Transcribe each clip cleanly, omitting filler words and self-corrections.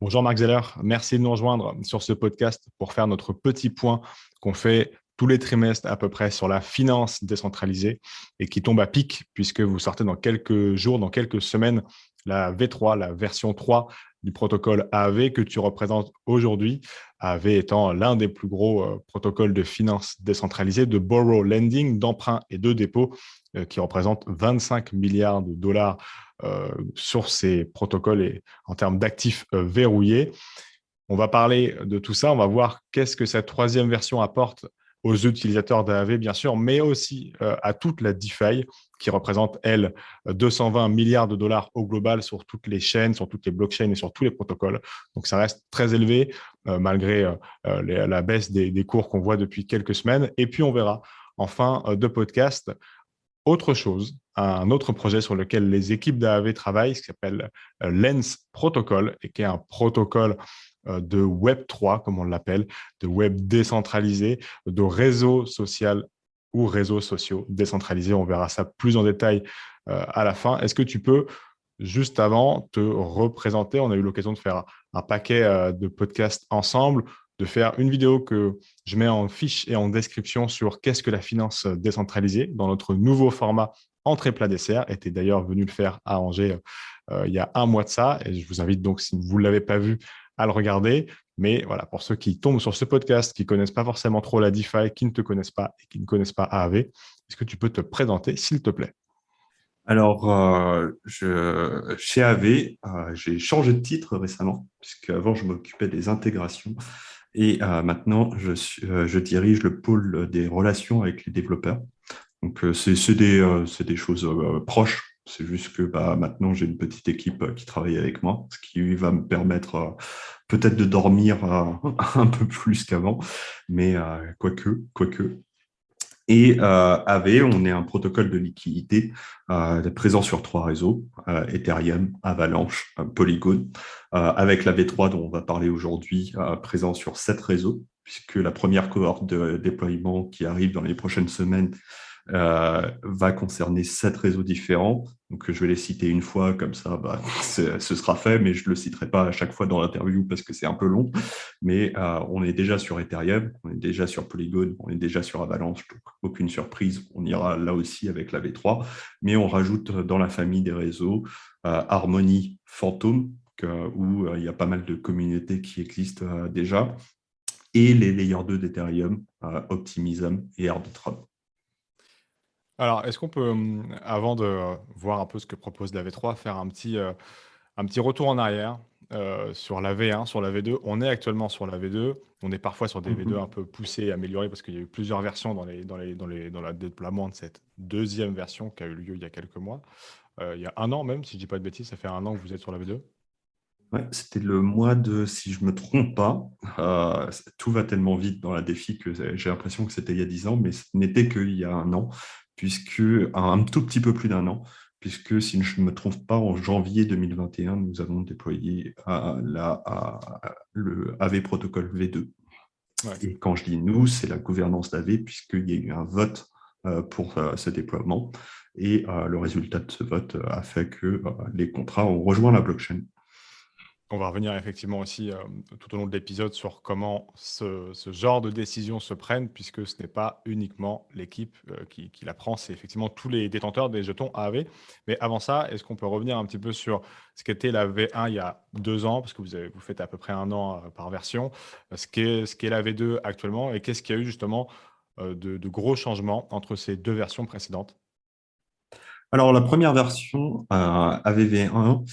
Bonjour Marc Zeller, merci de nous rejoindre sur ce podcast pour faire notre petit point qu'on fait tous les trimestres à peu près sur la finance décentralisée et qui tombe à pic puisque vous sortez dans quelques jours, dans quelques semaines, la V3, la version 3 du protocole AAV que tu représentes aujourd'hui. AAV étant l'un des plus gros protocoles de finance décentralisée, de borrow lending, d'emprunt et de dépôt qui représente 25 milliards de dollars sur ces protocoles et en termes d'actifs verrouillés. On va parler de tout ça. On va voir qu'est-ce que cette troisième version apporte aux utilisateurs d'AAV, bien sûr, mais aussi à toute la DeFi qui représente, elle, 220 milliards de dollars au global sur toutes les chaînes, sur toutes les blockchains et sur tous les protocoles. Donc, ça reste très élevé malgré la baisse des cours qu'on voit depuis quelques semaines. Et puis, on verra en fin de podcast autre chose, un autre projet sur lequel les équipes d'AAV travaillent, ce qui s'appelle Lens Protocol, et qui est un protocole de Web3, comme on l'appelle, de web décentralisé, de réseau social ou réseaux sociaux décentralisés. On verra ça plus en détail à la fin. Est-ce que tu peux, juste avant, te représenter? On a eu l'occasion de faire un paquet de podcasts ensemble, de faire une vidéo que je mets en fiche et en description sur qu'est-ce que la finance décentralisée dans notre nouveau format entrée plat dessert. Et tu es d'ailleurs venu le faire à Angers il y a un mois de ça. Et je vous invite donc, si vous ne l'avez pas vu, à le regarder. Mais voilà, pour ceux qui tombent sur ce podcast, qui ne connaissent pas forcément trop la DeFi, qui ne te connaissent pas et qui ne connaissent pas AAV, est-ce que tu peux te présenter, s'il te plaît? Alors, chez AV, j'ai changé de titre récemment, puisque avant je m'occupais des intégrations et maintenant je dirige le pôle des relations avec les développeurs. Donc, c'est des choses proches. C'est juste que maintenant j'ai une petite équipe qui travaille avec moi, ce qui va me permettre peut-être de dormir un peu plus qu'avant, mais quoique. Et AV, on est un protocole de liquidité présent sur trois réseaux, Ethereum, Avalanche, Polygon, avec la V3 dont on va parler aujourd'hui, présent sur sept réseaux, puisque la première cohorte de déploiement qui arrive dans les prochaines semaines va concerner sept réseaux différents. Donc, je vais les citer une fois, comme ça, ce sera fait, mais je ne le citerai pas à chaque fois dans l'interview parce que c'est un peu long. Mais on est déjà sur Ethereum, on est déjà sur Polygon, on est déjà sur Avalanche, donc aucune surprise, on ira là aussi avec la V3. Mais on rajoute dans la famille des réseaux Harmony, Phantom, où il y a pas mal de communautés qui existent déjà, et les layers 2 d'Ethereum, Optimism et Arbitrum. Alors, est-ce qu'on peut, avant de voir un peu ce que propose la V3, faire un petit retour en arrière sur la V1, sur la V2? On est actuellement sur la V2. On est parfois sur des V2 un Mhm. peu poussés, améliorés, parce qu'il y a eu plusieurs versions dans le déploiement de cette deuxième version qui a eu lieu il y a quelques mois. Il y a un an même, si je ne dis pas de bêtises, ça fait un an que vous êtes sur la V2. Ouais, c'était le mois de, si je me trompe pas, tout va tellement vite dans la défi que j'ai l'impression que c'était il y a 10 ans, mais ce n'était qu'il y a un an, puisque un tout petit peu plus d'un an, puisque si je ne me trompe pas, en janvier 2021, nous avons déployé le AV Protocol V2. Ouais. Et quand je dis nous, c'est la gouvernance d'AV, puisqu'il y a eu un vote pour ce déploiement, et le résultat de ce vote a fait que les contrats ont rejoint la blockchain. On va revenir effectivement aussi tout au long de l'épisode sur comment ce genre de décisions se prennent, puisque ce n'est pas uniquement l'équipe qui la prend, c'est effectivement tous les détenteurs des jetons AAV. Mais avant ça, est-ce qu'on peut revenir un petit peu sur ce qu'était la V1 il y a 2 ans, parce que vous faites à peu près un an par version, ce qu'est la V2 actuellement, et qu'est-ce qu'il y a eu justement de gros changements entre ces deux versions précédentes? Alors, la première version, AVV1,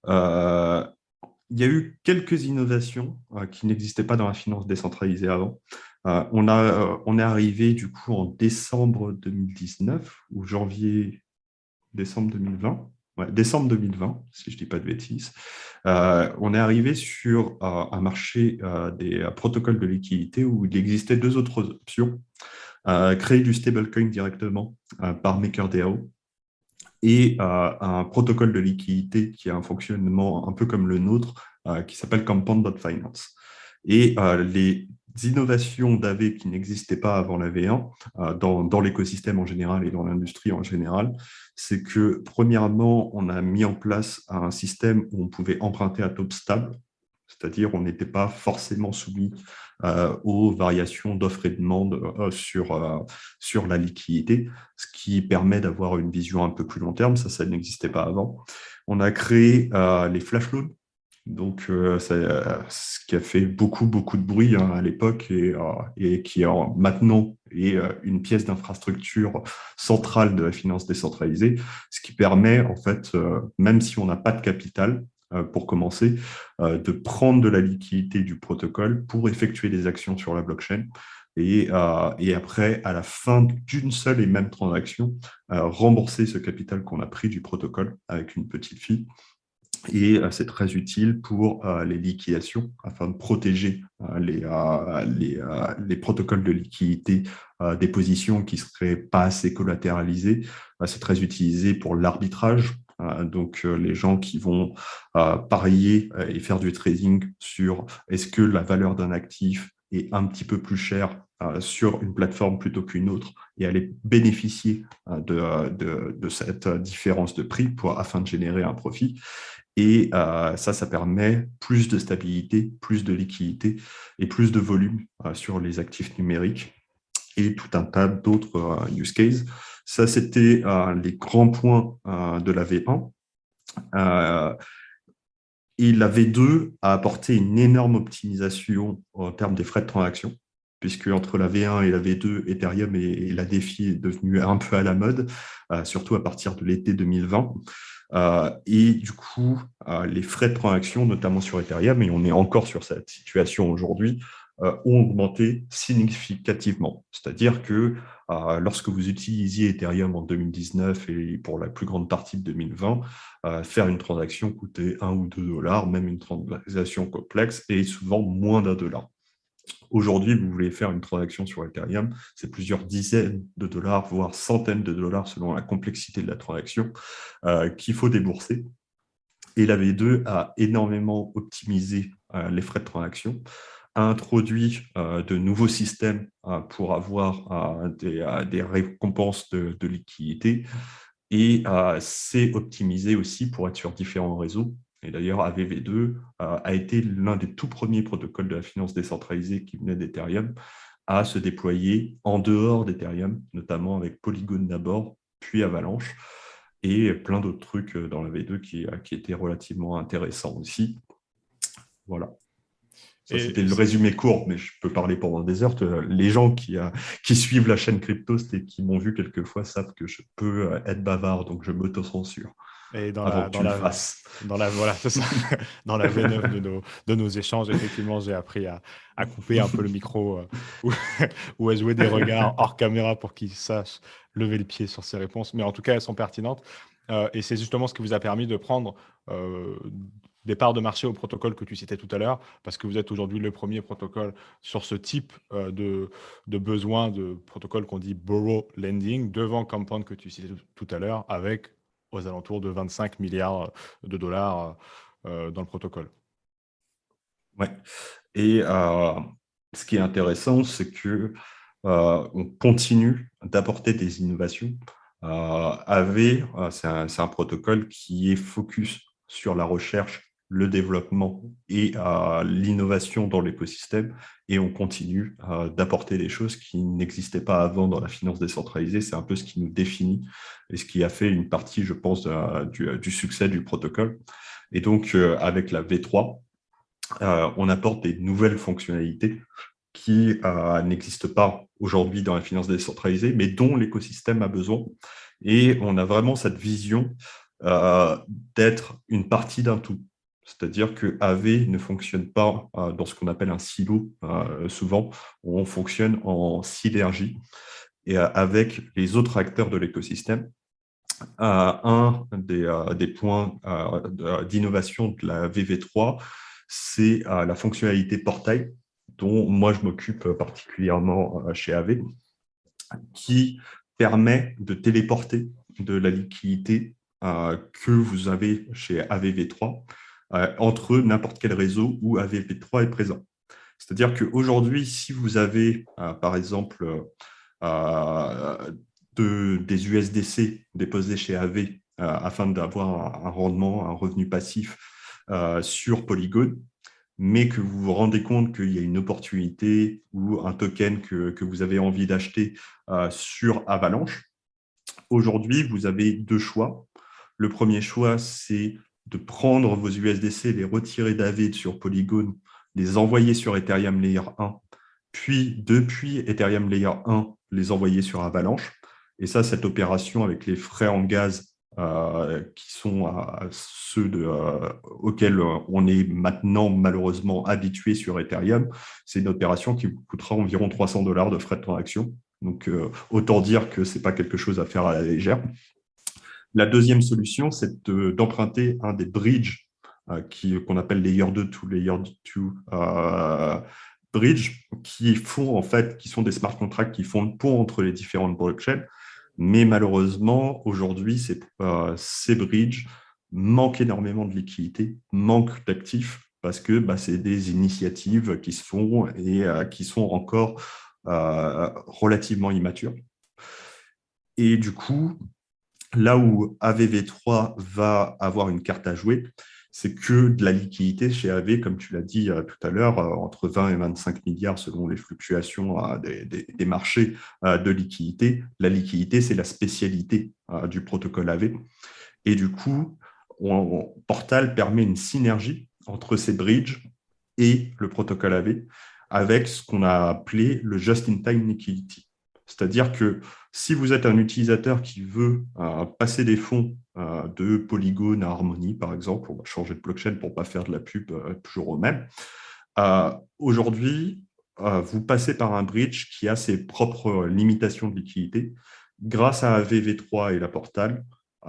il y a eu quelques innovations qui n'existaient pas dans la finance décentralisée avant. On est arrivé du coup en décembre 2019 ou décembre 2020. Ouais, décembre 2020, si je ne dis pas de bêtises. On est arrivé sur un marché des protocoles de liquidité où il existait deux autres options. Créer du stablecoin directement par MakerDAO et un protocole de liquidité qui a un fonctionnement un peu comme le nôtre, qui s'appelle Compound.Finance. Et les innovations d'AV qui n'existaient pas avant la V1, dans l'écosystème en général et dans l'industrie en général, c'est que premièrement, on a mis en place un système où on pouvait emprunter à taux stable, C'est-à-dire on n'était pas forcément soumis aux variations d'offres et de demande sur la liquidité, ce qui permet d'avoir une vision un peu plus long terme. Ça n'existait pas avant. On a créé les flash loans. Donc, ce qui a fait beaucoup, beaucoup de bruit à l'époque et qui maintenant est une pièce d'infrastructure centrale de la finance décentralisée, ce qui permet, en fait, même si on n'a pas de capital, pour commencer, de prendre de la liquidité du protocole pour effectuer des actions sur la blockchain. Et après, à la fin d'une seule et même transaction, rembourser ce capital qu'on a pris du protocole avec une petite fee. Et c'est très utile pour les liquidations afin de protéger les protocoles de liquidité des positions qui ne seraient pas assez collatéralisées. C'est très utilisé pour l'arbitrage. Donc, les gens qui vont parier et faire du trading sur est-ce que la valeur d'un actif est un petit peu plus chère sur une plateforme plutôt qu'une autre et aller bénéficier de cette différence de prix afin de générer un profit. Et ça permet plus de stabilité, plus de liquidité et plus de volume sur les actifs numériques et tout un tas d'autres use cases. Ça, c'était les grands points de la V1. Et la V2 a apporté une énorme optimisation en termes des frais de transaction, puisque entre la V1 et la V2, Ethereum et la DeFi est devenu un peu à la mode, surtout à partir de l'été 2020. Et du coup, les frais de transaction, notamment sur Ethereum, et on est encore sur cette situation aujourd'hui, ont augmenté significativement. C'est-à-dire que lorsque vous utilisiez Ethereum en 2019 et pour la plus grande partie de 2020, faire une transaction coûtait 1 ou 2 dollars, même une transaction complexe, et souvent moins d'$1. Aujourd'hui, vous voulez faire une transaction sur Ethereum, c'est plusieurs dizaines de dollars, voire centaines de dollars selon la complexité de la transaction qu'il faut débourser. Et la V2 a énormément optimisé les frais de transaction, a introduit de nouveaux systèmes pour avoir des récompenses de liquidité et c'est optimisé aussi pour être sur différents réseaux. Et d'ailleurs, AVV2 a été l'un des tout premiers protocoles de la finance décentralisée qui venait d'Ethereum à se déployer en dehors d'Ethereum, notamment avec Polygon d'abord, puis Avalanche, et plein d'autres trucs dans la V2 qui étaient relativement intéressants aussi. Voilà. Ça, c'était le résumé court, mais je peux parler pendant des heures. Les gens qui suivent la chaîne Cryptost et qui m'ont vu quelquefois savent que je peux être bavard, donc je m'auto-censure. Et Avant que tu le fasses. Voilà, c'est ça. Dans la V9 de nos échanges, effectivement, j'ai appris à couper un peu le micro ou à jouer des regards hors caméra pour qu'ils sachent lever le pied sur ces réponses. Mais en tout cas, elles sont pertinentes. Et c'est justement ce qui vous a permis de prendre des parts de marché au protocole que tu citais tout à l'heure, parce que vous êtes aujourd'hui le premier protocole sur ce type de besoin de protocole qu'on dit borrow lending, devant Compound que tu citais tout à l'heure, avec aux alentours de 25 milliards de dollars dans le protocole. Ouais. Et ce qui est intéressant, c'est que on continue d'apporter des innovations. C'est un protocole qui est focus sur la recherche, le développement et l'innovation dans l'écosystème. Et on continue d'apporter des choses qui n'existaient pas avant dans la finance décentralisée. C'est un peu ce qui nous définit et ce qui a fait une partie, je pense, du succès du protocole. Et donc, avec la V3, on apporte des nouvelles fonctionnalités qui n'existent pas aujourd'hui dans la finance décentralisée, mais dont l'écosystème a besoin. Et on a vraiment cette vision d'être une partie d'un tout. C'est-à-dire que AV ne fonctionne pas dans ce qu'on appelle un silo, souvent, on fonctionne en synergie et avec les autres acteurs de l'écosystème. Un des points d'innovation de la VV3, c'est la fonctionnalité portail, dont moi je m'occupe particulièrement chez AV, qui permet de téléporter de la liquidité que vous avez chez AVV3 entre n'importe quel réseau où AVV3 est présent. C'est-à-dire qu'aujourd'hui, si vous avez, par exemple, des USDC déposés chez AV afin d'avoir un rendement, un revenu passif sur Polygon, mais que vous vous rendez compte qu'il y a une opportunité ou un token que vous avez envie d'acheter sur Avalanche, aujourd'hui, vous avez deux choix. Le premier choix, c'est de prendre vos USDC, les retirer d'Aave sur Polygon, les envoyer sur Ethereum Layer 1, puis depuis Ethereum Layer 1, les envoyer sur Avalanche. Et ça, cette opération avec les frais en gaz qui sont ceux auxquels on est maintenant malheureusement habitué sur Ethereum, c'est une opération qui vous coûtera environ $300 de frais de transaction. Donc, autant dire que ce n'est pas quelque chose à faire à la légère. La deuxième solution, c'est d'emprunter un des bridges qu'on appelle Layer 2 to Layer 2 bridge, qui sont des smart contracts qui font le pont entre les différentes blockchains. Mais malheureusement, aujourd'hui, ces bridges manquent énormément de liquidité, manquent d'actifs, parce que c'est des initiatives qui se font et qui sont encore relativement immatures. Et du coup, là où AVV3 va avoir une carte à jouer, c'est que de la liquidité chez AV, comme tu l'as dit tout à l'heure, entre 20 et 25 milliards selon les fluctuations des marchés de liquidité. La liquidité, c'est la spécialité du protocole AV. Et du coup, Portal permet une synergie entre ces bridges et le protocole AV avec ce qu'on a appelé le Just-in-Time Liquidity. C'est-à-dire que si vous êtes un utilisateur qui veut passer des fonds de Polygon à Harmony, par exemple, on va changer de blockchain pour ne pas faire de la pub toujours au même, aujourd'hui, vous passez par un bridge qui a ses propres limitations de liquidité. Grâce à VV3 et la Portal,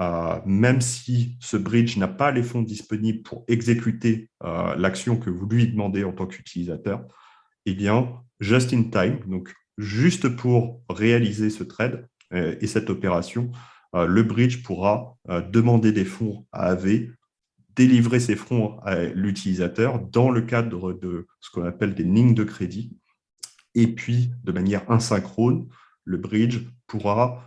même si ce bridge n'a pas les fonds disponibles pour exécuter l'action que vous lui demandez en tant qu'utilisateur, eh bien, just in time, donc juste pour réaliser ce trade et cette opération, le bridge pourra demander des fonds à AV, délivrer ces fonds à l'utilisateur dans le cadre de ce qu'on appelle des lignes de crédit. Et puis, de manière asynchrone, le bridge pourra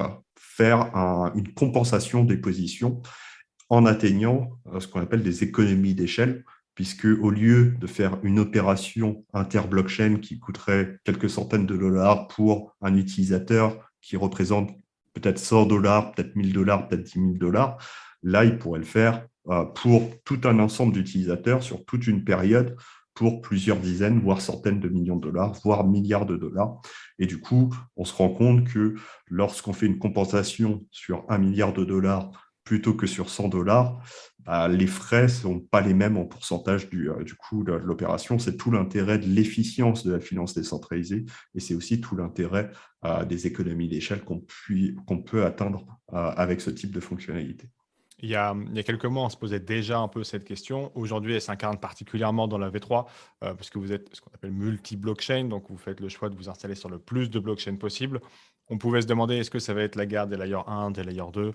faire une compensation des positions en atteignant ce qu'on appelle des économies d'échelle, puisque au lieu de faire une opération inter-blockchain qui coûterait quelques centaines de dollars pour un utilisateur qui représente peut-être $100, peut-être $1000, peut-être $10 000, là, il pourrait le faire pour tout un ensemble d'utilisateurs sur toute une période pour plusieurs dizaines, voire centaines de millions de dollars, voire milliards de dollars. Et du coup, on se rend compte que lorsqu'on fait une compensation sur 1 milliard de dollars plutôt que sur $100, les frais ne sont pas les mêmes en pourcentage du coût de l'opération. C'est tout l'intérêt de l'efficience de la finance décentralisée et c'est aussi tout l'intérêt des économies d'échelle qu'on peut atteindre avec ce type de fonctionnalité. Il y a quelques mois, on se posait déjà un peu cette question. Aujourd'hui, elle s'incarne particulièrement dans la V3, parce que vous êtes ce qu'on appelle multi-blockchain, donc vous faites le choix de vous installer sur le plus de blockchains possible. On pouvait se demander, est-ce que ça va être la guerre des layers 1, des layers 2,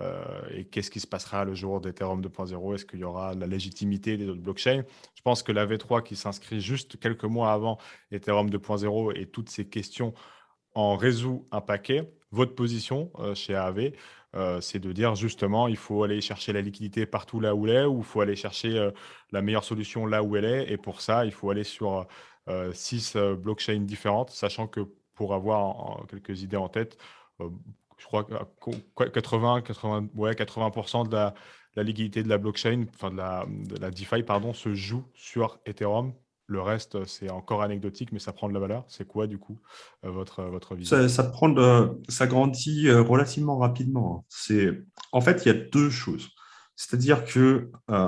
et qu'est-ce qui se passera le jour d'Ethereum 2.0? Est-ce qu'il y aura la légitimité des autres blockchains? Je pense que la V3 qui s'inscrit juste quelques mois avant Ethereum 2.0 et toutes ces questions en résout un paquet. Votre position chez AAV, c'est de dire justement, il faut aller chercher la liquidité partout là où elle est, ou il faut aller chercher la meilleure solution là où elle est. Et pour ça, il faut aller sur 6 blockchains différentes, sachant que pour avoir quelques idées en tête, je crois que 80% de la liquidité de la blockchain, enfin de la DeFi, pardon, se joue sur Ethereum. Le reste, c'est encore anecdotique, mais ça prend de la valeur. C'est quoi, du coup, votre vision? Ça grandit relativement rapidement. En fait, il y a deux choses. C'est-à-dire que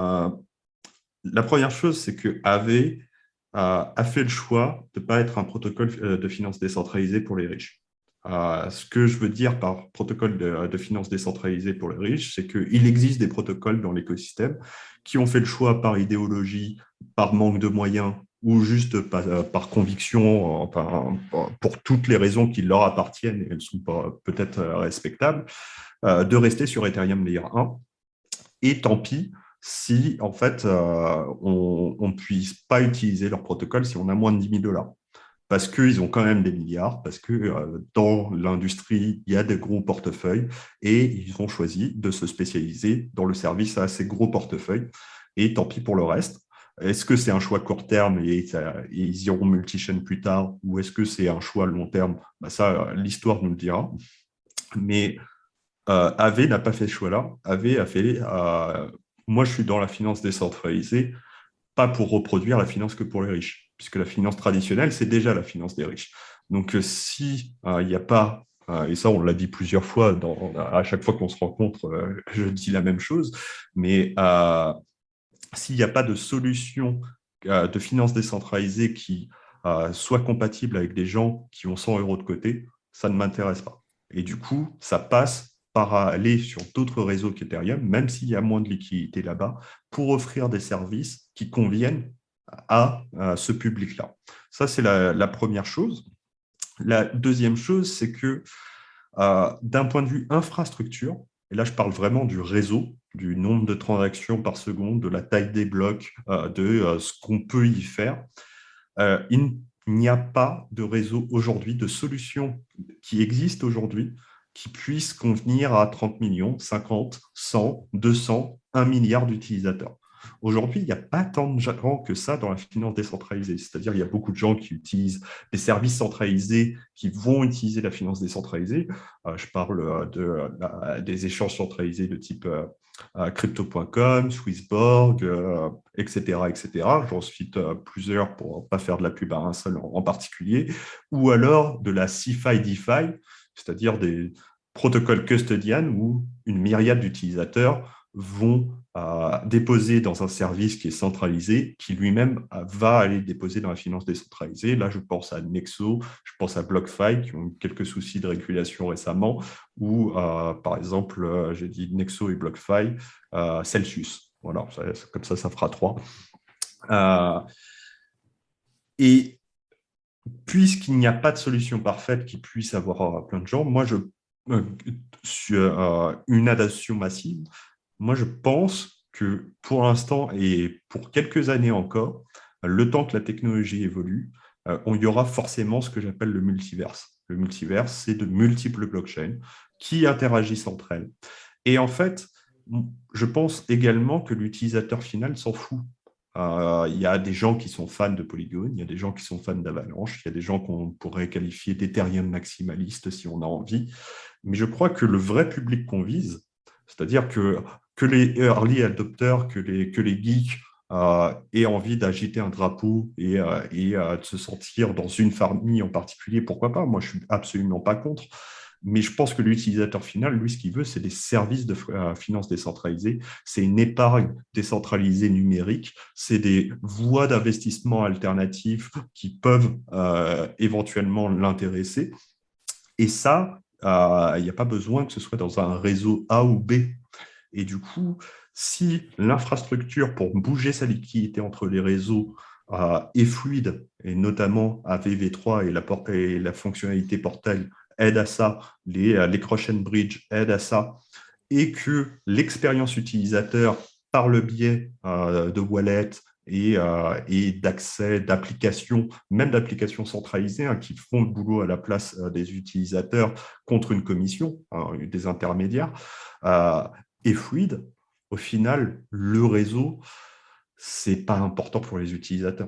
la première chose, c'est que AV a fait le choix de ne pas être un protocole de finance décentralisée pour les riches. Ce que je veux dire par protocole de finance décentralisée pour les riches, c'est qu'il existe des protocoles dans l'écosystème qui ont fait le choix par idéologie, par manque de moyens ou juste par conviction, enfin, pour toutes les raisons qui leur appartiennent et elles sont peut-être respectables, de rester sur Ethereum Layer 1. Et tant pis si en fait on ne puisse pas utiliser leur protocole si on a moins de 10 000 dollars. Parce qu'ils ont quand même des milliards, parce que dans l'industrie, il y a des gros portefeuilles et ils ont choisi de se spécialiser dans le service à ces gros portefeuilles. Et tant pis pour le reste. est-ce que c'est un choix court terme et ils iront multi-chaîne plus tard, ou est-ce que c'est un choix long terme? Ça, l'histoire nous le dira. Mais AV n'a pas fait ce choix-là. AV a fait, moi je suis dans la finance décentralisée, pas pour reproduire la finance que pour les riches, puisque la finance traditionnelle, c'est déjà la finance des riches. Donc, si il n'y a pas, et ça, on l'a dit plusieurs fois, à chaque fois qu'on se rencontre, je dis la même chose, mais s'il n'y a pas de solution de finance décentralisée qui soit compatible avec des gens qui ont 100 euros de côté, ça ne m'intéresse pas. Et du coup, ça passe par aller sur d'autres réseaux qu'Ethereum, même s'il y a moins de liquidité là-bas, pour offrir des services qui conviennent à ce public-là. Ça, c'est la première chose. La deuxième chose, c'est que d'un point de vue infrastructure, et là je parle vraiment du réseau, du nombre de transactions par seconde, de la taille des blocs, de ce qu'on peut y faire, il n'y a pas de réseau aujourd'hui, de solution qui existe aujourd'hui, qui puisse convenir à 30 millions, 50, 100, 200, 1 milliard d'utilisateurs. Aujourd'hui, il n'y a pas tant de gens que ça dans la finance décentralisée. C'est-à-dire, il y a beaucoup de gens qui utilisent des services centralisés, qui vont utiliser la finance décentralisée. Je parle des échanges centralisés de type crypto.com, Swissborg, etc., etc. J'en cite plusieurs pour ne pas faire de la pub à un seul en particulier. Ou alors de la CeFi DeFi, c'est-à-dire des protocoles custodian où une myriade d'utilisateurs vont déposer dans un service qui est centralisé, qui lui-même va aller déposer dans la finance décentralisée. Là, je pense à Nexo, je pense à BlockFi, qui ont eu quelques soucis de régulation récemment, ou par exemple, j'ai dit Nexo et BlockFi, Celsius. Voilà, comme ça fera 3. Et puisqu'il n'y a pas de solution parfaite qui puisse avoir plein de gens, moi, sur une adoption massive, moi, je pense que pour l'instant et pour quelques années encore, le temps que la technologie évolue, il y aura forcément ce que j'appelle le multiverse. Le multiverse, c'est de multiples blockchains qui interagissent entre elles. Et en fait, je pense également que l'utilisateur final s'en fout. Il y a des gens qui sont fans de Polygon, il y a des gens qui sont fans d'Avalanche, il y a des gens qu'on pourrait qualifier d'Ethereum maximalistes si on a envie. Mais je crois que le vrai public qu'on vise, c'est-à-dire que les early adopters, que les geeks aient envie d'agiter un drapeau et de se sentir dans une famille en particulier, pourquoi pas? Moi, je ne suis absolument pas contre. Mais je pense que l'utilisateur final, lui, ce qu'il veut, c'est des services de finance décentralisée, c'est une épargne décentralisée numérique, c'est des voies d'investissement alternatives qui peuvent éventuellement l'intéresser. Et ça, il n'y a pas besoin que ce soit dans un réseau A ou B. Et du coup, si l'infrastructure pour bouger sa liquidité entre les réseaux est fluide, et notamment AVV3 et la fonctionnalité portail aident à ça, les cross bridge aident à ça, et que l'expérience utilisateur, par le biais de wallet et d'accès d'applications, même d'applications centralisées qui font le boulot à la place des utilisateurs contre une commission, des intermédiaires, est fluide, au final, le réseau, c'est pas important pour les utilisateurs.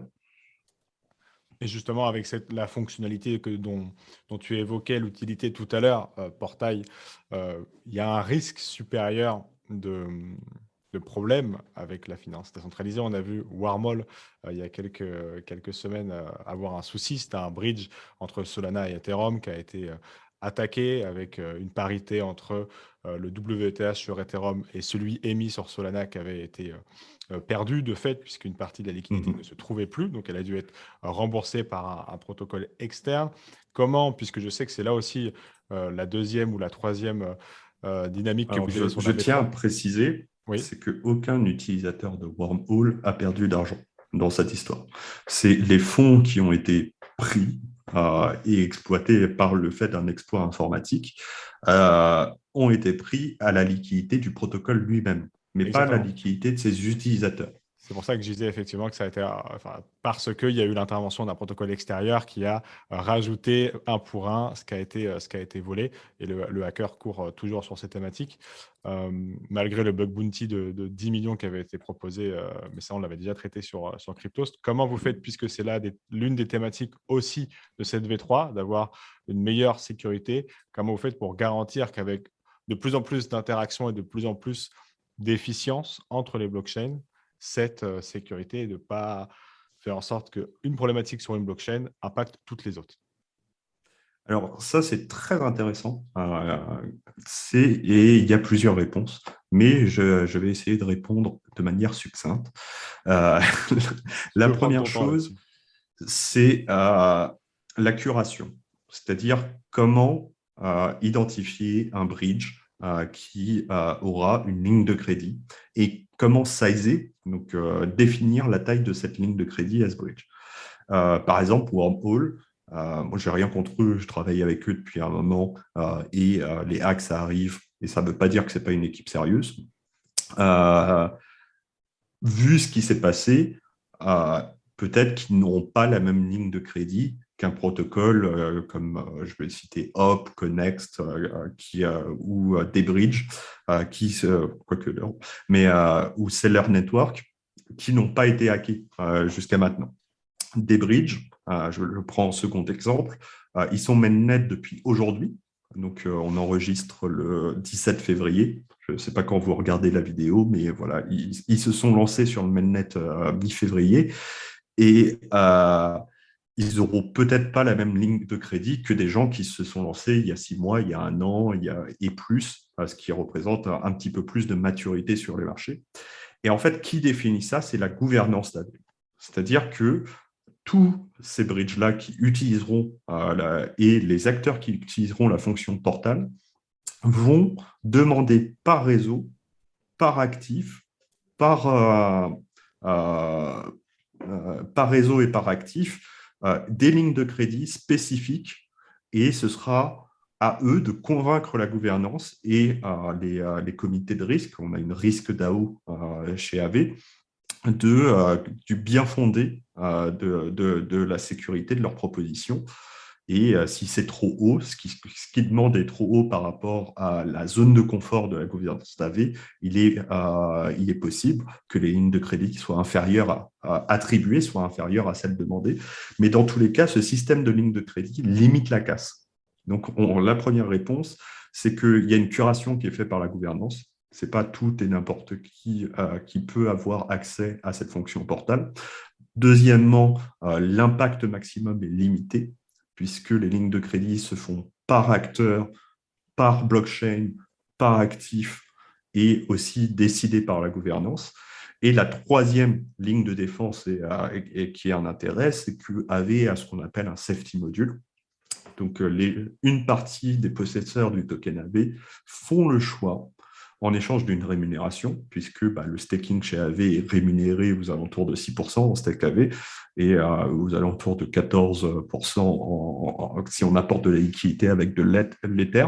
Et justement, avec la fonctionnalité dont tu évoquais l'utilité tout à l'heure, Portail, il y a un risque supérieur de problème avec la finance décentralisée. On a vu Warmol, il y a quelques semaines, avoir un souci. C'était un bridge entre Solana et Ethereum qui a été attaqué avec une parité entre le WTH sur Ethereum et celui émis sur Solana qui avait été perdu de fait, puisqu'une partie de la liquidité ne se trouvait plus. Donc, elle a dû être remboursée par un protocole externe. Comment, puisque je sais que c'est là aussi la deuxième ou la troisième dynamique que Alors, vous avez sur je la tiens à V3. préciser, Oui, c'est qu'aucun utilisateur de Wormhole a perdu d'argent dans cette histoire. C'est les fonds qui ont été pris et exploités par le fait d'un exploit informatique ont été pris à la liquidité du protocole lui-même, mais pas à la exactement. liquidité de ses utilisateurs. C'est pour ça que je disais effectivement que ça a été, parce qu'il y a eu l'intervention d'un protocole extérieur qui a rajouté un pour un ce qui a été volé. Et le hacker court toujours sur ces thématiques, malgré le bug bounty de 10 millions qui avait été proposé, mais ça, on l'avait déjà traité sur Cryptost. Comment vous faites, puisque c'est là l'une des thématiques aussi de cette V3, d'avoir une meilleure sécurité, comment vous faites pour garantir qu'avec de plus en plus d'interactions et de plus en plus d'efficience entre les blockchains, cette sécurité et de ne pas faire en sorte qu'une problématique sur une blockchain impacte toutes les autres? Alors ça, c'est très intéressant. Et il y a plusieurs réponses, mais je vais essayer de répondre de manière succincte. Euh, Tu la peux prendre première ton temps chose, là-dessus. c'est la curation, c'est-à-dire comment identifier un bridge qui aura une ligne de crédit et comment sizer, donc définir la taille de cette ligne de crédit à ce bridge. Par exemple, Wormhole, moi, j'ai rien contre eux, je travaille avec eux depuis un moment et les hacks, ça arrive et ça ne veut pas dire que ce n'est pas une équipe sérieuse. Vu ce qui s'est passé, peut-être qu'ils n'auront pas la même ligne de crédit qu'un protocole comme, je vais citer, Hop, Connext ou Debridge, quoique, mais, ou Seller Network, qui n'ont pas été hackés jusqu'à maintenant. Debridge, je le prends en second exemple, ils sont mainnet depuis aujourd'hui. Donc, on enregistre le 17 février. Je ne sais pas quand vous regardez la vidéo, mais voilà, ils se sont lancés sur le mainnet mi-février et ils n'auront peut-être pas la même ligne de crédit que des gens qui se sont lancés il y a 6 mois, il y a un an et plus, ce qui représente un petit peu plus de maturité sur les marchés. Et en fait, qui définit ça? C'est la gouvernance d'AV. C'est-à-dire que tous ces bridges-là qui utiliseront et les acteurs qui utiliseront la fonction portal vont demander par réseau, par actif, par, par réseau et par actif des lignes de crédit spécifiques et ce sera à eux de convaincre la gouvernance et les comités de risque. On a une risque DAO chez AV du bien fondé de la sécurité de leur proposition. Et si c'est trop haut, ce qui demande est trop haut par rapport à la zone de confort de la gouvernance d'AV, il est possible que les lignes de crédit qui soient inférieures attribuées soient inférieures à celles demandées. Mais dans tous les cas, ce système de lignes de crédit limite la casse. Donc, la première réponse, c'est qu'il y a une curation qui est faite par la gouvernance. Ce n'est pas tout et n'importe qui peut avoir accès à cette fonction portal. Deuxièmement, l'impact maximum est limité, puisque les lignes de crédit se font par acteur, par blockchain, par actif, et aussi décidées par la gouvernance. Et la troisième ligne de défense et qui est un intérêt, c'est qu'AV a ce qu'on appelle un safety module. Donc, une partie des possesseurs du token AV font le choix en échange d'une rémunération, puisque le staking chez AV est rémunéré aux alentours de 6% en stake AV et aux alentours de 14% si on apporte de la liquidité avec de l'Ether.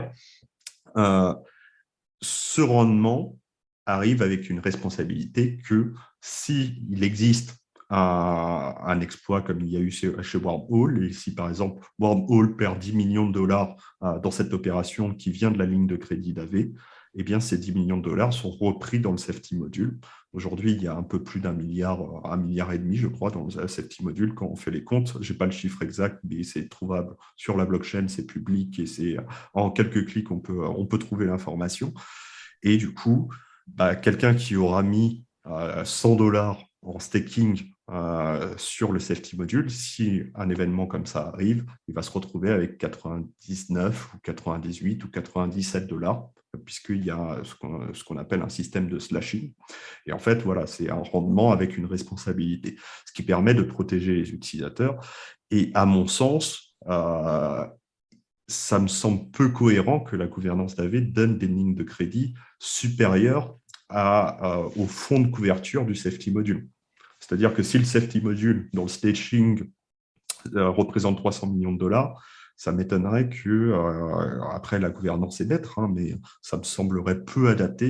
Ce rendement arrive avec une responsabilité que s'il existe un exploit comme il y a eu chez Wormhole, et si par exemple Wormhole perd 10 millions de dollars dans cette opération qui vient de la ligne de crédit d'AV, eh bien ces 10 millions de dollars sont repris dans le safety module. Aujourd'hui, il y a un peu plus d'1 milliard, 1,5 milliard, je crois, dans le safety module quand on fait les comptes. Je n'ai pas le chiffre exact, mais c'est trouvable sur la blockchain, c'est public et c'est en quelques clics, on peut trouver l'information. Et du coup, quelqu'un qui aura mis 100 dollars en staking sur le safety module, si un événement comme ça arrive, il va se retrouver avec 99 ou 98 ou 97 dollars, puisqu'il y a ce qu'on appelle un système de slashing. Et en fait, voilà, c'est un rendement avec une responsabilité, ce qui permet de protéger les utilisateurs. Et à mon sens, ça me semble peu cohérent que la gouvernance d'AV donne des lignes de crédit supérieures au fonds de couverture du safety module. C'est-à-dire que si le safety module dans le staging représente 300 millions de dollars, ça m'étonnerait que, après la gouvernance est d'être, mais ça me semblerait peu adapté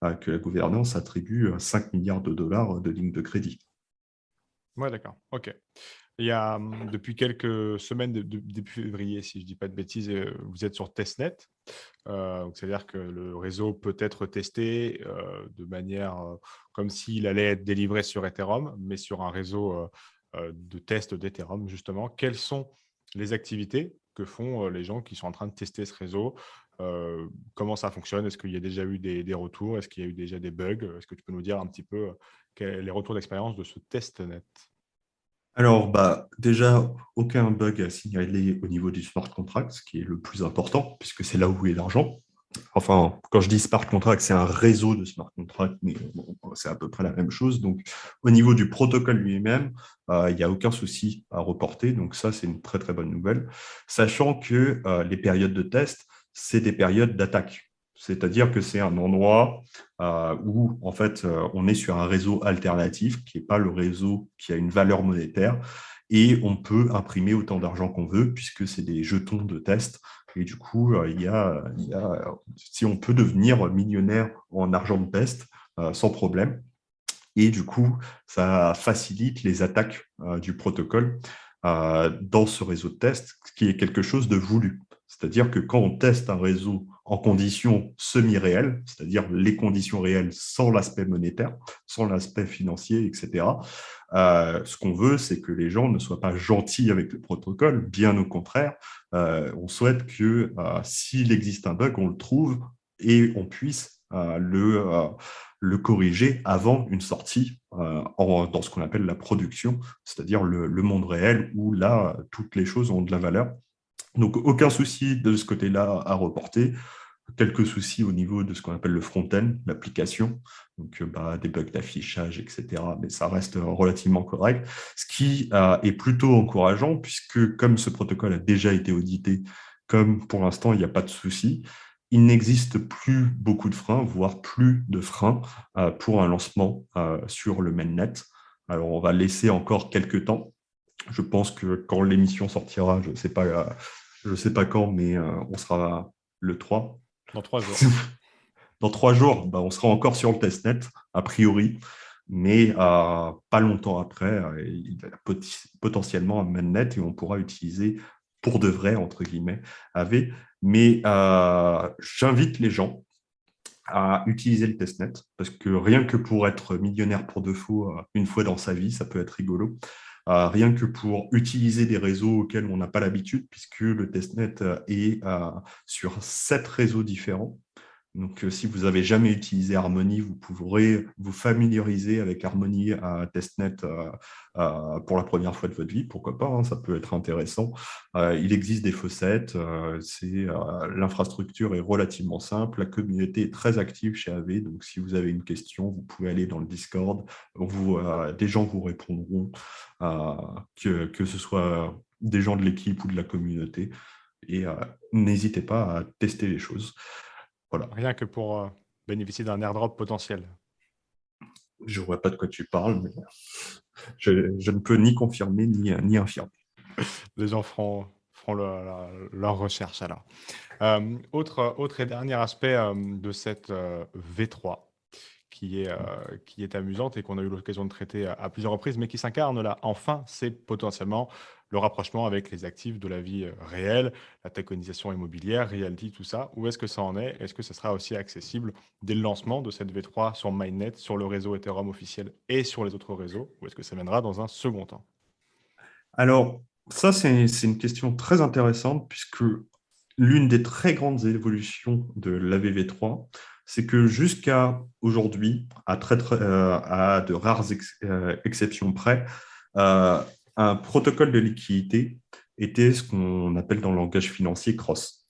que la gouvernance attribue 5 milliards de dollars de lignes de crédit. Ouais, d'accord. OK. Il y a, depuis quelques semaines, début février, si je dis pas de bêtises, vous êtes sur testnet. Donc c'est-à-dire que le réseau peut être testé, de manière, comme s'il allait être délivré sur Ethereum, mais sur un réseau, de test d'Ethereum justement. Quelles sont les activités que font, les gens qui sont en train de tester ce réseau? Comment ça fonctionne? Est-ce qu'il y a déjà eu des retours? Est-ce qu'il y a eu déjà des bugs? Est-ce que tu peux nous dire un petit peu, les retours d'expérience de ce testnet? Alors, déjà, aucun bug à signaler au niveau du smart contract, ce qui est le plus important, puisque c'est là où est l'argent. Enfin, quand je dis smart contract, c'est un réseau de smart contract, mais bon, c'est à peu près la même chose. Donc, au niveau du protocole lui-même, il n'y a aucun souci à reporter. Donc, ça, c'est une très, très bonne nouvelle. Sachant que les périodes de test, c'est des périodes d'attaque. C'est-à-dire que c'est un endroit où, en fait, on est sur un réseau alternatif qui n'est pas le réseau qui a une valeur monétaire et on peut imprimer autant d'argent qu'on veut puisque c'est des jetons de test. Et du coup, si on peut devenir millionnaire en argent de test sans problème. Et du coup, ça facilite les attaques du protocole dans ce réseau de test, ce qui est quelque chose de voulu. C'est-à-dire que quand on teste un réseau en conditions semi-réelles, c'est-à-dire les conditions réelles sans l'aspect monétaire, sans l'aspect financier, etc., ce qu'on veut, c'est que les gens ne soient pas gentils avec le protocole, bien au contraire. On souhaite que s'il existe un bug, on le trouve et on puisse le corriger avant une sortie dans ce qu'on appelle la production, c'est-à-dire le monde réel où là, toutes les choses ont de la valeur. Donc, aucun souci de ce côté-là à reporter. Quelques soucis au niveau de ce qu'on appelle le front-end, l'application, donc des bugs d'affichage, etc. Mais ça reste relativement correct. Ce qui est plutôt encourageant, puisque comme ce protocole a déjà été audité, comme pour l'instant, il n'y a pas de souci, il n'existe plus beaucoup de freins, voire plus de freins pour un lancement sur le mainnet. Alors, on va laisser encore quelques temps. Je pense que quand l'émission sortira, je ne sais pas quand, mais on sera le 3. Dans 3 jours. Dans 3 jours, on sera encore sur le testnet, a priori, mais pas longtemps après, il y a potentiellement un mainnet et on pourra utiliser pour de vrai, entre guillemets, AV. Mais j'invite les gens à utiliser le testnet parce que rien que pour être millionnaire pour de faux une fois dans sa vie, ça peut être rigolo. Rien que pour utiliser des réseaux auxquels on n'a pas l'habitude, puisque le testnet est sur 7 réseaux différents. Donc, si vous n'avez jamais utilisé Harmony, vous pourrez vous familiariser avec Harmony à testnet pour la première fois de votre vie. Pourquoi pas, hein, ça peut être intéressant. Il existe des faucets. L'infrastructure est relativement simple. La communauté est très active chez AV. Donc, si vous avez une question, vous pouvez aller dans le Discord. Des gens vous répondront, que ce soit des gens de l'équipe ou de la communauté. Et n'hésitez pas à tester les choses. Voilà. Rien que pour, bénéficier d'un airdrop potentiel. Je ne vois pas de quoi tu parles, mais je ne peux ni confirmer ni infirmer. Les gens feront leur recherche alors. Autre et dernier aspect, de cette, V3 qui est amusante et qu'on a eu l'occasion de traiter à plusieurs reprises, mais qui s'incarne là enfin, c'est potentiellement le rapprochement avec les actifs de la vie, réelle, la tokenisation immobilière, realty, tout ça. Où est-ce que ça en est? Est-ce que ça sera aussi accessible dès le lancement de cette V3 sur Mainnet, sur le réseau Ethereum officiel et sur les autres réseaux? Ou est-ce que ça viendra dans un second temps? Alors, ça, c'est une question très intéressante puisque l'une des très grandes évolutions de l'AVV3, c'est que jusqu'à aujourd'hui, à de rares exceptions près, euh, un protocole de liquidité était ce qu'on appelle dans le langage financier cross.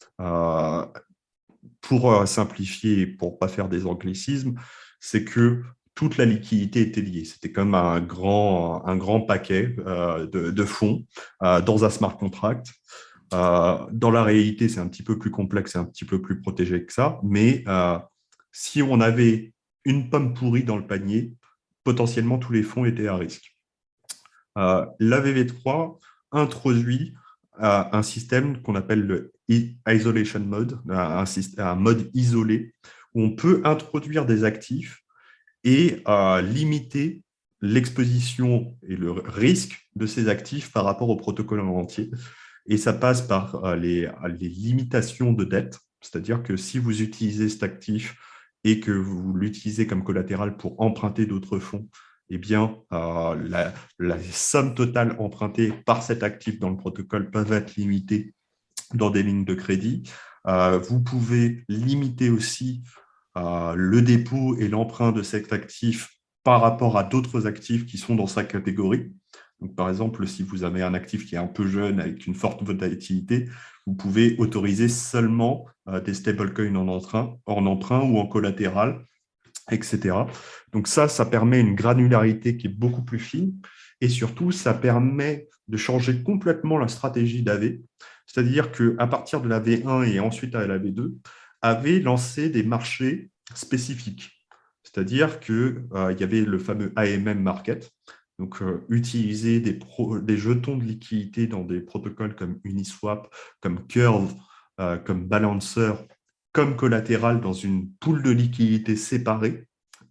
Pour simplifier et pour ne pas faire des anglicismes, c'est que toute la liquidité était liée. C'était comme un grand paquet de fonds dans un smart contract. Dans la réalité, c'est un petit peu plus complexe et un petit peu plus protégé que ça. Mais si on avait une pomme pourrie dans le panier, potentiellement tous les fonds étaient à risque. La VV3 introduit un système qu'on appelle le Isolation Mode, un mode isolé, où on peut introduire des actifs et limiter l'exposition et le risque de ces actifs par rapport au protocole en entier. Et ça passe par les limitations de dette, c'est-à-dire que si vous utilisez cet actif et que vous l'utilisez comme collatéral pour emprunter d'autres fonds, eh bien, la somme totale empruntée par cet actif dans le protocole peut être limitée dans des lignes de crédit. Vous pouvez limiter aussi le dépôt et l'emprunt de cet actif par rapport à d'autres actifs qui sont dans sa catégorie. Donc, par exemple, si vous avez un actif qui est un peu jeune avec une forte volatilité, vous pouvez autoriser seulement des stablecoins en emprunt ou en collatéral, etc. Donc ça permet une granularité qui est beaucoup plus fine et surtout, ça permet de changer complètement la stratégie d'AV. C'est-à-dire qu'à partir de la V1 et ensuite à la V2, avait lancé des marchés spécifiques. C'est-à-dire qu'il y avait le fameux AMM market, donc utiliser des jetons de liquidité dans des protocoles comme Uniswap, comme Curve, comme Balancer, comme collatéral dans une pool de liquidité séparée.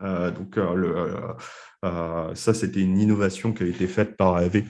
Ça, c'était une innovation qui a été faite par AV,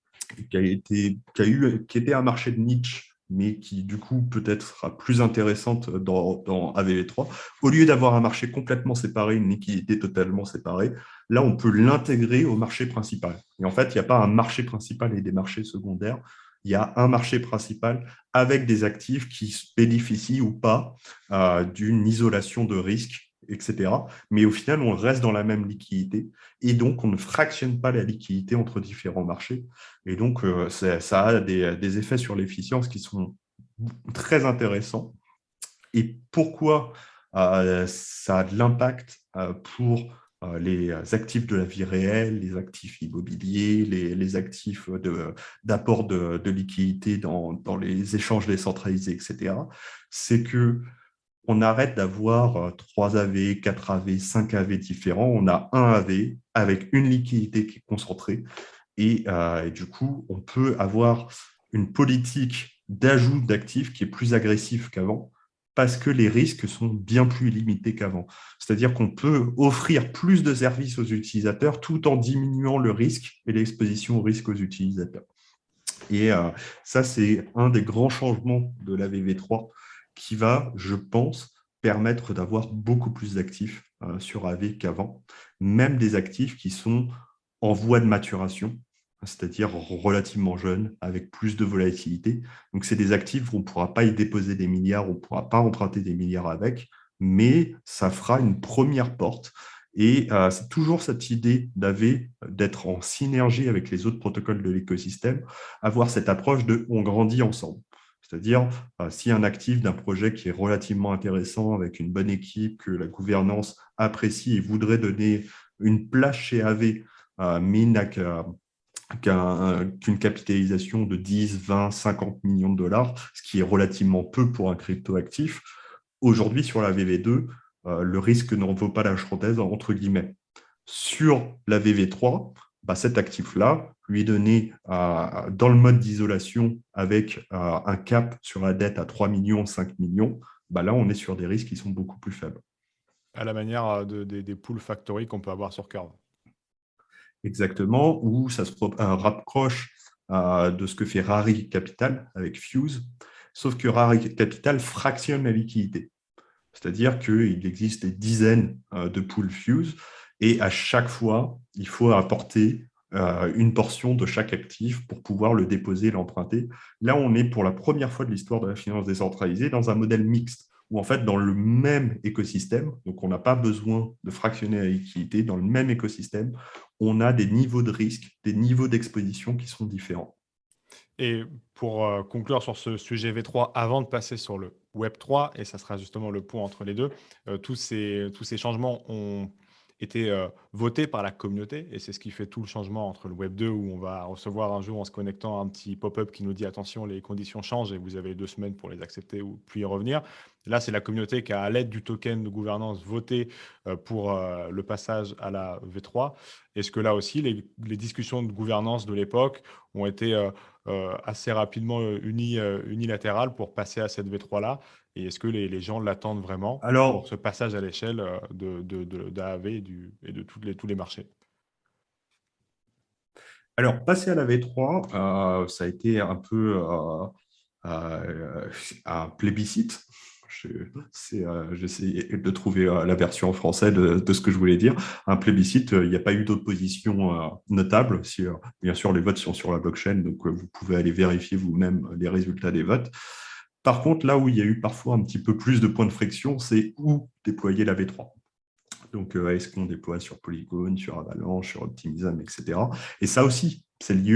qui était un marché de niche, mais qui du coup peut-être sera plus intéressante dans AVV3. Au lieu d'avoir un marché complètement séparé, une liquidité totalement séparée, là on peut l'intégrer au marché principal. Et en fait, il n'y a pas un marché principal et des marchés secondaires. Il y a un marché principal avec des actifs qui bénéficient ou pas d'une isolation de risque, etc. Mais au final, on reste dans la même liquidité et donc on ne fractionne pas la liquidité entre différents marchés. Et donc, ça a des effets sur l'efficience qui sont très intéressants. Et pourquoi ça a de l'impact pour les actifs de la vie réelle, les actifs immobiliers, les actifs d'apport de liquidité dans les échanges décentralisés, etc. C'est que on arrête d'avoir 3 AV, 4 AV, 5 AV différents. On a un AV avec une liquidité qui est concentrée. Et du coup, on peut avoir une politique d'ajout d'actifs qui est plus agressive qu'avant parce que les risques sont bien plus limités qu'avant. C'est-à-dire qu'on peut offrir plus de services aux utilisateurs tout en diminuant le risque et l'exposition au risque aux utilisateurs. Et ça, c'est un des grands changements de la VV3 qui va, je pense, permettre d'avoir beaucoup plus d'actifs sur AV qu'avant, même des actifs qui sont en voie de maturation, c'est-à-dire relativement jeunes, avec plus de volatilité. Donc, c'est des actifs où on ne pourra pas y déposer des milliards, on ne pourra pas emprunter des milliards avec, mais ça fera une première porte. Et c'est toujours cette idée d'être en synergie avec les autres protocoles de l'écosystème, avoir cette approche de on grandit ensemble. C'est-à-dire, si un actif d'un projet qui est relativement intéressant, avec une bonne équipe, que la gouvernance apprécie et voudrait donner une place chez AV, mais n'a qu'une capitalisation de 10, 20, 50 millions de dollars, ce qui est relativement peu pour un crypto-actif, aujourd'hui, sur la VV2, le risque n'en vaut pas la chandelle, entre guillemets. Sur la VV3, cet actif-là, lui donner dans le mode d'isolation avec un cap sur la dette à 3 millions, 5 millions, là, on est sur des risques qui sont beaucoup plus faibles. À la manière des pool factory qu'on peut avoir sur Curve. Exactement, où ça se rapproche de ce que fait Rari Capital avec Fuse, sauf que Rari Capital fractionne la liquidité. C'est-à-dire qu'il existe des dizaines de pools Fuse et à chaque fois, il faut apporter une portion de chaque actif pour pouvoir le déposer et l'emprunter. Là, on est pour la première fois de l'histoire de la finance décentralisée dans un modèle mixte où en fait, dans le même écosystème, donc on n'a pas besoin de fractionner la liquidité, dans le même écosystème, on a des niveaux de risque, des niveaux d'exposition qui sont différents. Et pour conclure sur ce sujet V3, avant de passer sur le Web3, et ça sera justement le point entre les deux, tous ces changements ont été votés par la communauté, et c'est ce qui fait tout le changement entre le Web2, où on va recevoir un jour en se connectant un petit pop-up qui nous dit attention, les conditions changent et vous avez 2 semaines pour les accepter ou puis y revenir, Là, c'est la communauté qui a, à l'aide du token de gouvernance, voté pour le passage à la V3. Est-ce que là aussi, les discussions de gouvernance de l'époque ont été assez rapidement unilatérales pour passer à cette V3-là? Et est-ce que les gens l'attendent vraiment pour Alors, ce passage à l'échelle d'AAV et de tous les marchés? passer à la V3, ça a été un peu un plébiscite. J'essaie de trouver la version en français de ce que je voulais dire. Un plébiscite, il n'y a pas eu d'opposition notable. Bien sûr, les votes sont sur la blockchain, donc vous pouvez aller vérifier vous-même les résultats des votes. Par contre, là où il y a eu parfois un petit peu plus de points de friction, c'est où déployer la V3. Donc, est-ce qu'on déploie sur Polygon, sur Avalanche, sur Optimism, etc. Et ça aussi,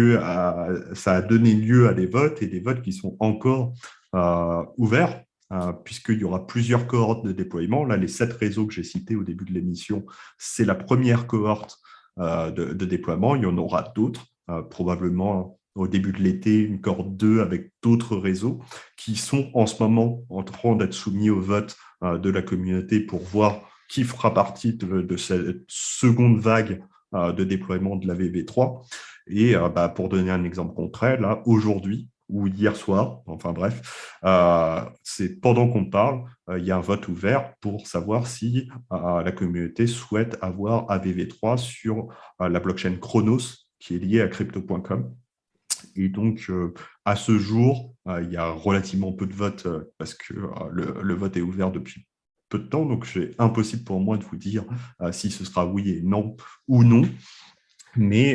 ça a donné lieu à des votes et des votes qui sont encore ouverts, puisqu'il y aura plusieurs cohortes de déploiement. Là, les 7 réseaux que j'ai cités au début de l'émission, c'est la première cohorte de déploiement. Il y en aura d'autres, probablement au début de l'été, une cohorte 2 avec d'autres réseaux qui sont en ce moment en train d'être soumis au vote de la communauté pour voir qui fera partie de cette seconde vague de déploiement de la VV3. Et pour donner un exemple concret, là, aujourd'hui ou hier soir, enfin bref, c'est pendant qu'on parle, il y a un vote ouvert pour savoir si la communauté souhaite avoir AVV3 sur la blockchain Chronos, qui est liée à crypto.com. Et donc, à ce jour, il y a relativement peu de votes parce que le vote est ouvert depuis peu de temps. Donc, c'est impossible pour moi de vous dire si ce sera oui et non ou non. Mais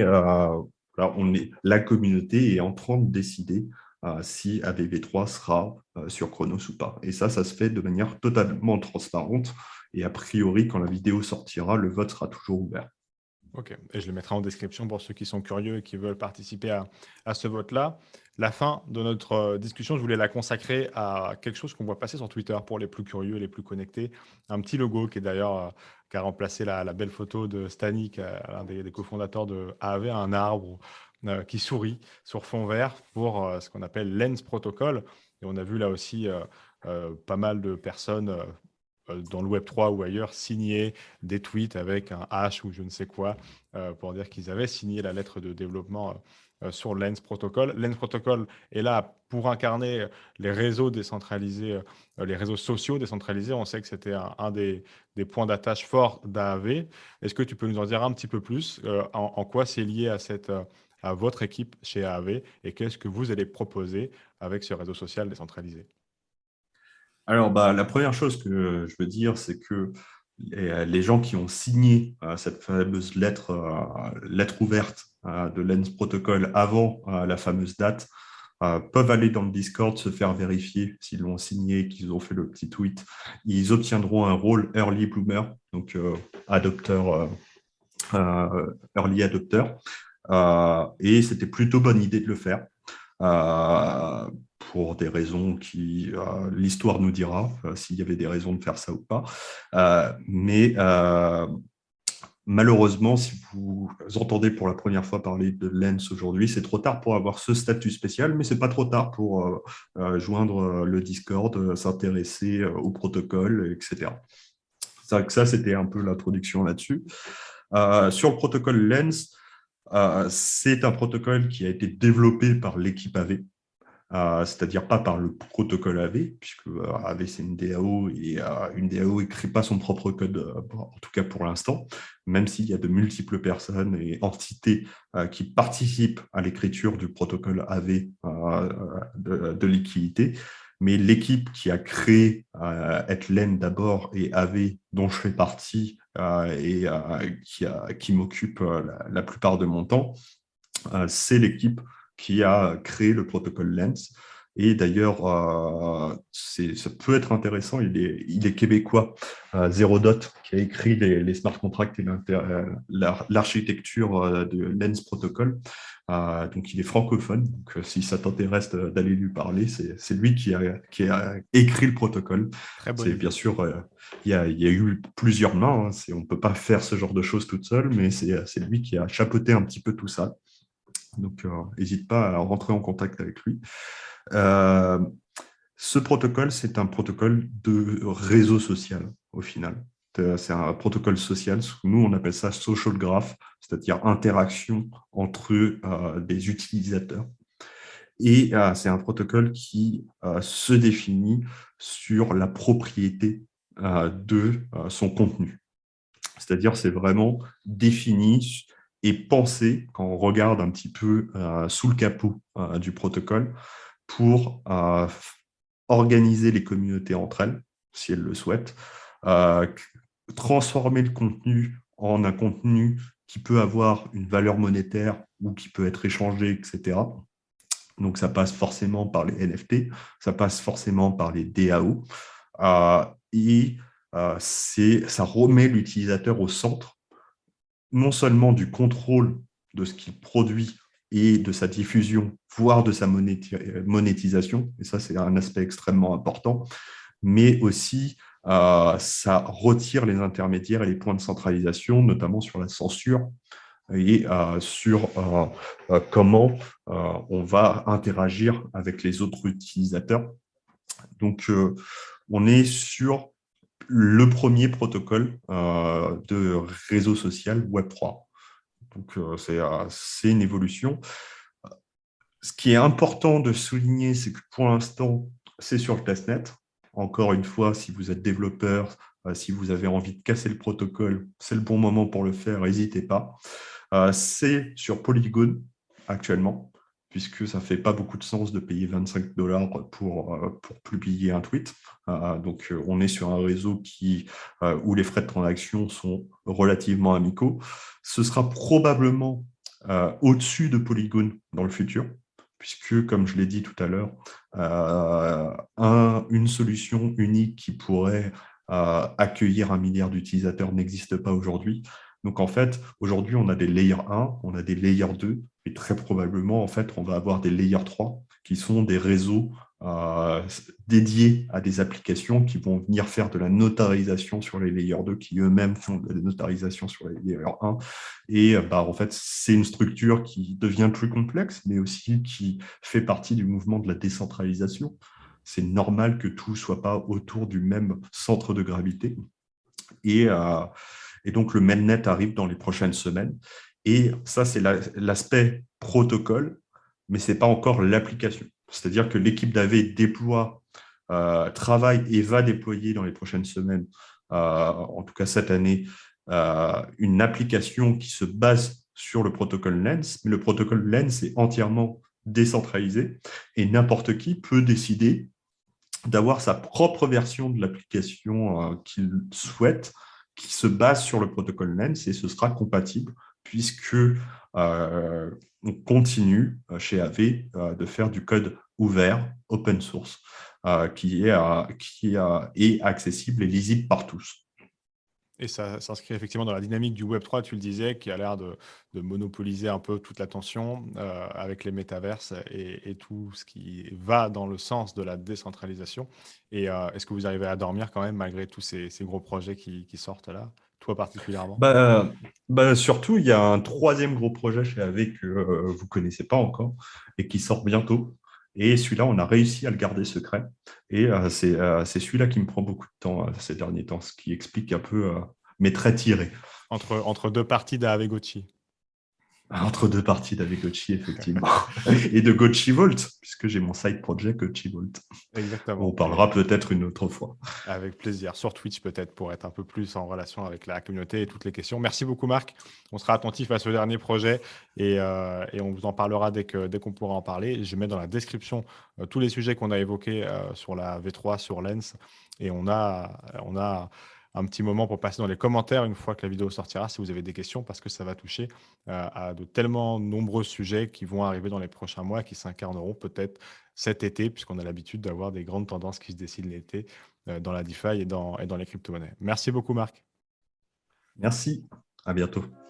la communauté est en train de décider si AVV3 sera sur Chronos ou pas. Et ça se fait de manière totalement transparente. Et a priori, quand la vidéo sortira, le vote sera toujours ouvert. Ok, et je le mettrai en description pour ceux qui sont curieux et qui veulent participer à ce vote-là. La fin de notre discussion, je voulais la consacrer à quelque chose qu'on voit passer sur Twitter pour les plus curieux, les plus connectés. Un petit logo qui est d'ailleurs qui a remplacé la belle photo de Stanik, l'un des cofondateurs de AAV, un arbre qui sourit sur fond vert pour ce qu'on appelle Lens Protocol. Et on a vu là aussi pas mal de personnes dans le Web3 ou ailleurs, signer des tweets avec un H ou je ne sais quoi pour dire qu'ils avaient signé la lettre de développement sur Lens Protocol. Lens Protocol est là pour incarner les réseaux décentralisés, les réseaux sociaux décentralisés. On sait que c'était un des points d'attache forts d'AAV. Est-ce que tu peux nous en dire un petit peu plus en quoi c'est lié à votre équipe chez AAV et qu'est-ce que vous allez proposer avec ce réseau social décentralisé? Alors, la première chose que je veux dire, c'est que les gens qui ont signé cette fameuse lettre ouverte de Lens Protocol avant la fameuse date peuvent aller dans le Discord se faire vérifier s'ils l'ont signé, qu'ils ont fait le petit tweet. Ils obtiendront un rôle early bloomer, donc early adopter. Et c'était plutôt bonne idée de le faire. Pour des raisons qui l'histoire nous dira s'il y avait des raisons de faire ça ou pas. Mais malheureusement, si vous entendez pour la première fois parler de Lens aujourd'hui, c'est trop tard pour avoir ce statut spécial, mais c'est pas trop tard pour joindre le Discord, s'intéresser au protocole, etc. Ça, c'était un peu l'introduction là-dessus. Sur le protocole Lens, c'est un protocole qui a été développé par l'équipe AV, c'est-à-dire pas par le protocole AV, puisque AV c'est une DAO et une DAO n'écrit pas son propre code, en tout cas pour l'instant, même s'il y a de multiples personnes et entités qui participent à l'écriture du protocole AV de liquidité. Mais l'équipe qui a créé Etlen d'abord et AV, dont je fais partie et qui m'occupe la plupart de mon temps, c'est l'équipe qui a créé le protocole Lens. Et d'ailleurs, ça peut être intéressant, il est québécois, Zero Dot, qui a écrit les smart contracts et l'architecture de Lens Protocol. Donc, il est francophone. Donc, si ça t'intéresse d'aller lui parler, c'est lui qui a écrit le protocole. Très bonne C'est idée. bien sûr, il y a eu plusieurs mains. On ne peut pas faire ce genre de choses toute seule, mais c'est lui qui a chapeauté un petit peu tout ça. Donc, n'hésite pas à rentrer en contact avec lui. Euh, Ce protocole, c'est un protocole de réseau social, au final. C'est un protocole social. Nous, on appelle ça social graph, c'est-à-dire interaction entre des utilisateurs. Et c'est un protocole qui se définit sur la propriété de son contenu. C'est-à-dire, c'est vraiment défini et pensé quand on regarde un petit peu sous le capot du protocole pour organiser les communautés entre elles, si elles le souhaitent, transformer le contenu en un contenu qui peut avoir une valeur monétaire ou qui peut être échangé, etc. Donc, ça passe forcément par les NFT, ça passe forcément par les DAO, et ça remet l'utilisateur au centre, non seulement du contrôle de ce qu'il produit et de sa diffusion, voire de sa monétisation, et ça, c'est un aspect extrêmement important, mais aussi ça retire les intermédiaires et les points de centralisation, notamment sur la censure et sur comment on va interagir avec les autres utilisateurs. Donc, on est sur le premier protocole de réseau social Web3. Donc, c'est une évolution. Ce qui est important de souligner, c'est que pour l'instant, c'est sur le testnet. Encore une fois, si vous êtes développeur, si vous avez envie de casser le protocole, c'est le bon moment pour le faire, n'hésitez pas. C'est sur Polygon actuellement, puisque ça ne fait pas beaucoup de sens de payer 25 $ pour publier un tweet. Donc, on est sur un réseau où les frais de transaction sont relativement amicaux. Ce sera probablement au-dessus de Polygon dans le futur, puisque, comme je l'ai dit tout à l'heure, une solution unique qui pourrait accueillir 1 milliard d'utilisateurs n'existe pas aujourd'hui. Donc, en fait, aujourd'hui, on a des layer 1, on a des layer 2, et très probablement, en fait, on va avoir des layer 3, qui sont des réseaux dédiés à des applications qui vont venir faire de la notarisation sur les layer 2, qui eux-mêmes font de la notarisation sur les layer 1. Et en fait, c'est une structure qui devient plus complexe, mais aussi qui fait partie du mouvement de la décentralisation. C'est normal que tout ne soit pas autour du même centre de gravité. Et donc, le mainnet arrive dans les prochaines semaines. Et ça, c'est l'aspect protocole, mais ce n'est pas encore l'application. C'est-à-dire que l'équipe d'AV déploie, travaille et va déployer dans les prochaines semaines, en tout cas cette année, une application qui se base sur le protocole Lens. Mais le protocole Lens est entièrement décentralisé et n'importe qui peut décider d'avoir sa propre version de l'application qu'il souhaite, qui se base sur le protocole Lens, et ce sera compatible puisque on continue chez AV de faire du code ouvert, open source, qui est accessible et lisible par tous. Et ça s'inscrit effectivement dans la dynamique du Web3, tu le disais, qui a l'air de monopoliser un peu toute l'attention avec les métaverses et tout ce qui va dans le sens de la décentralisation. Et est-ce que vous arrivez à dormir quand même malgré tous ces gros projets qui sortent là, toi particulièrement? Surtout, il y a un troisième gros projet chez AV que vous ne connaissez pas encore et qui sort bientôt. Et celui-là, on a réussi à le garder secret. Et c'est celui-là qui me prend beaucoup de temps ces derniers temps, ce qui explique un peu mes traits tirés. Entre deux parties d'AV Gotchi. Entre deux parties d'AV Gotchi, effectivement. Et de Gotchi Vault, puisque j'ai mon side project Gotchi Vault. Exactement. On parlera peut-être une autre fois. Avec plaisir. Sur Twitch, peut-être, pour être un peu plus en relation avec la communauté et toutes les questions. Merci beaucoup, Marc. On sera attentif à ce dernier projet et on vous en parlera dès qu'on pourra en parler. Je mets dans la description tous les sujets qu'on a évoqués sur la V3, sur Lens. Et on a un petit moment pour passer dans les commentaires une fois que la vidéo sortira, si vous avez des questions, parce que ça va toucher à de tellement nombreux sujets qui vont arriver dans les prochains mois, qui s'incarneront peut-être cet été, puisqu'on a l'habitude d'avoir des grandes tendances qui se dessinent l'été dans la DeFi et dans les crypto-monnaies. Merci beaucoup, Marc. Merci, à bientôt.